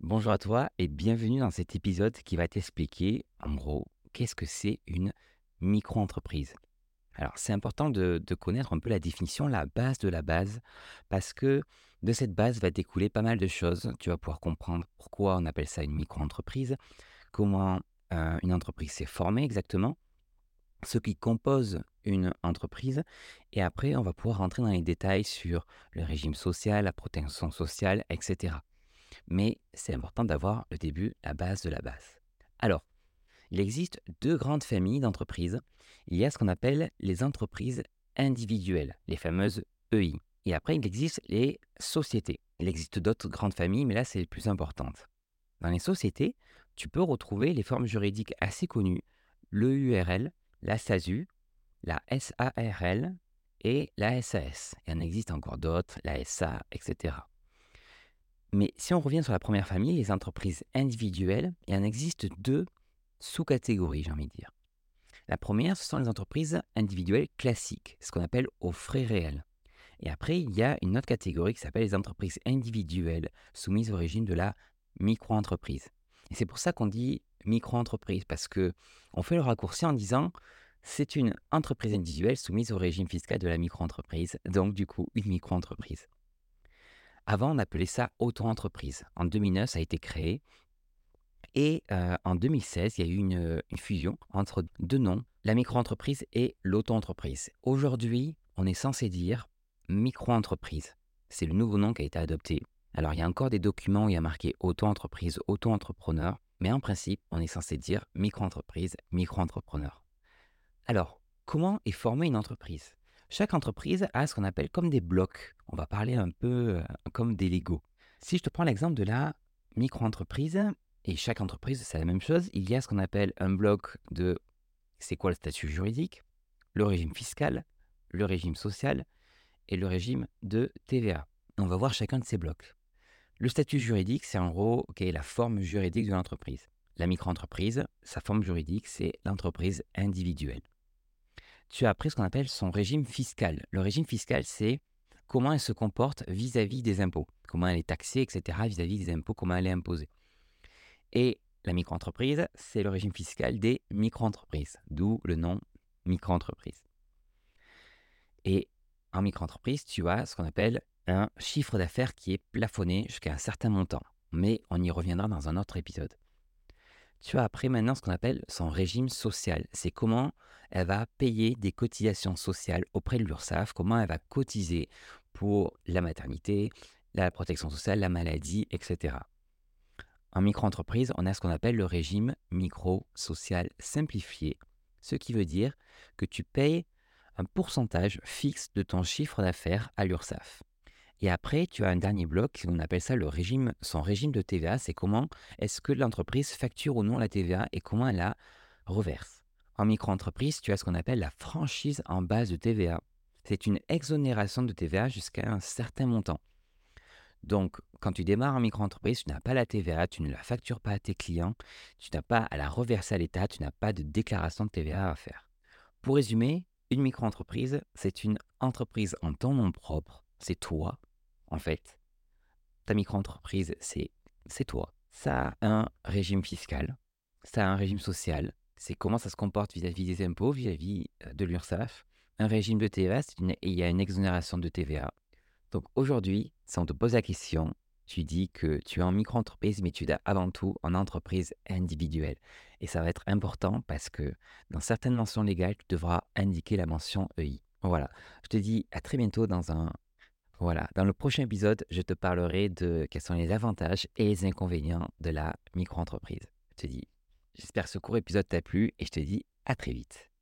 Bonjour à toi et bienvenue dans cet épisode qui va t'expliquer, en gros, qu'est-ce que c'est une micro-entreprise. Alors, c'est important de connaître un peu la définition, la base de la base, parce que de cette base va découler pas mal de choses. Tu vas pouvoir comprendre pourquoi on appelle ça une micro-entreprise, comment une entreprise s'est formée exactement, ce qui compose une entreprise, et après, on va pouvoir rentrer dans les détails sur le régime social, la protection sociale, etc. Mais c'est important d'avoir le début, la base de la base. Alors, il existe deux grandes familles d'entreprises. Il y a ce qu'on appelle les entreprises individuelles, les fameuses EI. Et après, il existe les sociétés. Il existe d'autres grandes familles, mais là, c'est les plus importantes. Dans les sociétés, tu peux retrouver les formes juridiques assez connues, l'EURL, la SASU, la SARL et la SAS. Il y en existe encore d'autres, la SA, etc. Mais si on revient sur la première famille, les entreprises individuelles, il en existe deux sous-catégories, j'ai envie de dire. La première, ce sont les entreprises individuelles classiques, ce qu'on appelle aux frais réels. Et après, il y a une autre catégorie qui s'appelle les entreprises individuelles soumises au régime de la micro-entreprise. Et c'est pour ça qu'on dit micro-entreprise, parce que on fait le raccourci en disant c'est une entreprise individuelle soumise au régime fiscal de la micro-entreprise, donc du coup une micro-entreprise. Avant, on appelait ça auto-entreprise. En 2009, ça a été créé. Et en 2016, il y a eu une fusion entre deux noms, la micro-entreprise et l'auto-entreprise. Aujourd'hui, on est censé dire micro-entreprise. C'est le nouveau nom qui a été adopté. Alors, il y a encore des documents où il y a marqué auto-entreprise, auto-entrepreneur, mais en principe, on est censé dire micro-entreprise, micro-entrepreneur. Alors, comment est formée une entreprise? Chaque entreprise a ce qu'on appelle comme des blocs. On va parler un peu comme des Lego. Si je te prends l'exemple de la micro-entreprise, et chaque entreprise, c'est la même chose, il y a ce qu'on appelle un bloc de c'est quoi le statut juridique, le régime fiscal, le régime social et le régime de TVA. On va voir chacun de ces blocs. Le statut juridique, c'est en gros la forme juridique de l'entreprise. La micro-entreprise, sa forme juridique, c'est l'entreprise individuelle. Tu as après ce qu'on appelle son régime fiscal. Le régime fiscal, c'est comment elle se comporte vis-à-vis des impôts, comment elle est taxée, etc., vis-à-vis des impôts, comment elle est imposée. Et la micro-entreprise, c'est le régime fiscal des micro-entreprises, d'où le nom micro-entreprise. Et en micro-entreprise, tu as ce qu'on appelle un chiffre d'affaires qui est plafonné jusqu'à un certain montant. Mais on y reviendra dans un autre épisode. Tu as après maintenant ce qu'on appelle son régime social. C'est comment elle va payer des cotisations sociales auprès de l'URSSAF, comment elle va cotiser pour la maternité, la protection sociale, la maladie, etc. En micro-entreprise, on a ce qu'on appelle le régime micro-social simplifié, ce qui veut dire que tu payes un pourcentage fixe de ton chiffre d'affaires à l'URSSAF. Et après, tu as un dernier bloc, on appelle ça son régime de TVA, c'est comment est-ce que l'entreprise facture ou non la TVA et comment elle la reverse. En micro-entreprise, tu as ce qu'on appelle la franchise en base de TVA. C'est une exonération de TVA jusqu'à un certain montant. Donc, quand tu démarres en micro-entreprise, tu n'as pas la TVA, tu ne la factures pas à tes clients, tu n'as pas à la reverser à l'État, tu n'as pas de déclaration de TVA à faire. Pour résumer, une micro-entreprise, c'est une entreprise en ton nom propre, c'est toi, en fait. Ta micro-entreprise, c'est toi. Ça a un régime fiscal, ça a un régime social, c'est comment ça se comporte vis-à-vis des impôts, vis-à-vis de l'URSSAF. Un régime de TVA, il y a une exonération de TVA. Donc aujourd'hui, si on te pose la question, tu dis que tu es en micro-entreprise, mais tu es avant tout en entreprise individuelle. Et ça va être important parce que dans certaines mentions légales, tu devras indiquer la mention EI. Voilà. Je te dis à très bientôt dans le prochain épisode, je te parlerai de quels sont les avantages et les inconvénients de la micro-entreprise. Je te dis, j'espère que ce court épisode t'a plu et je te dis à très vite.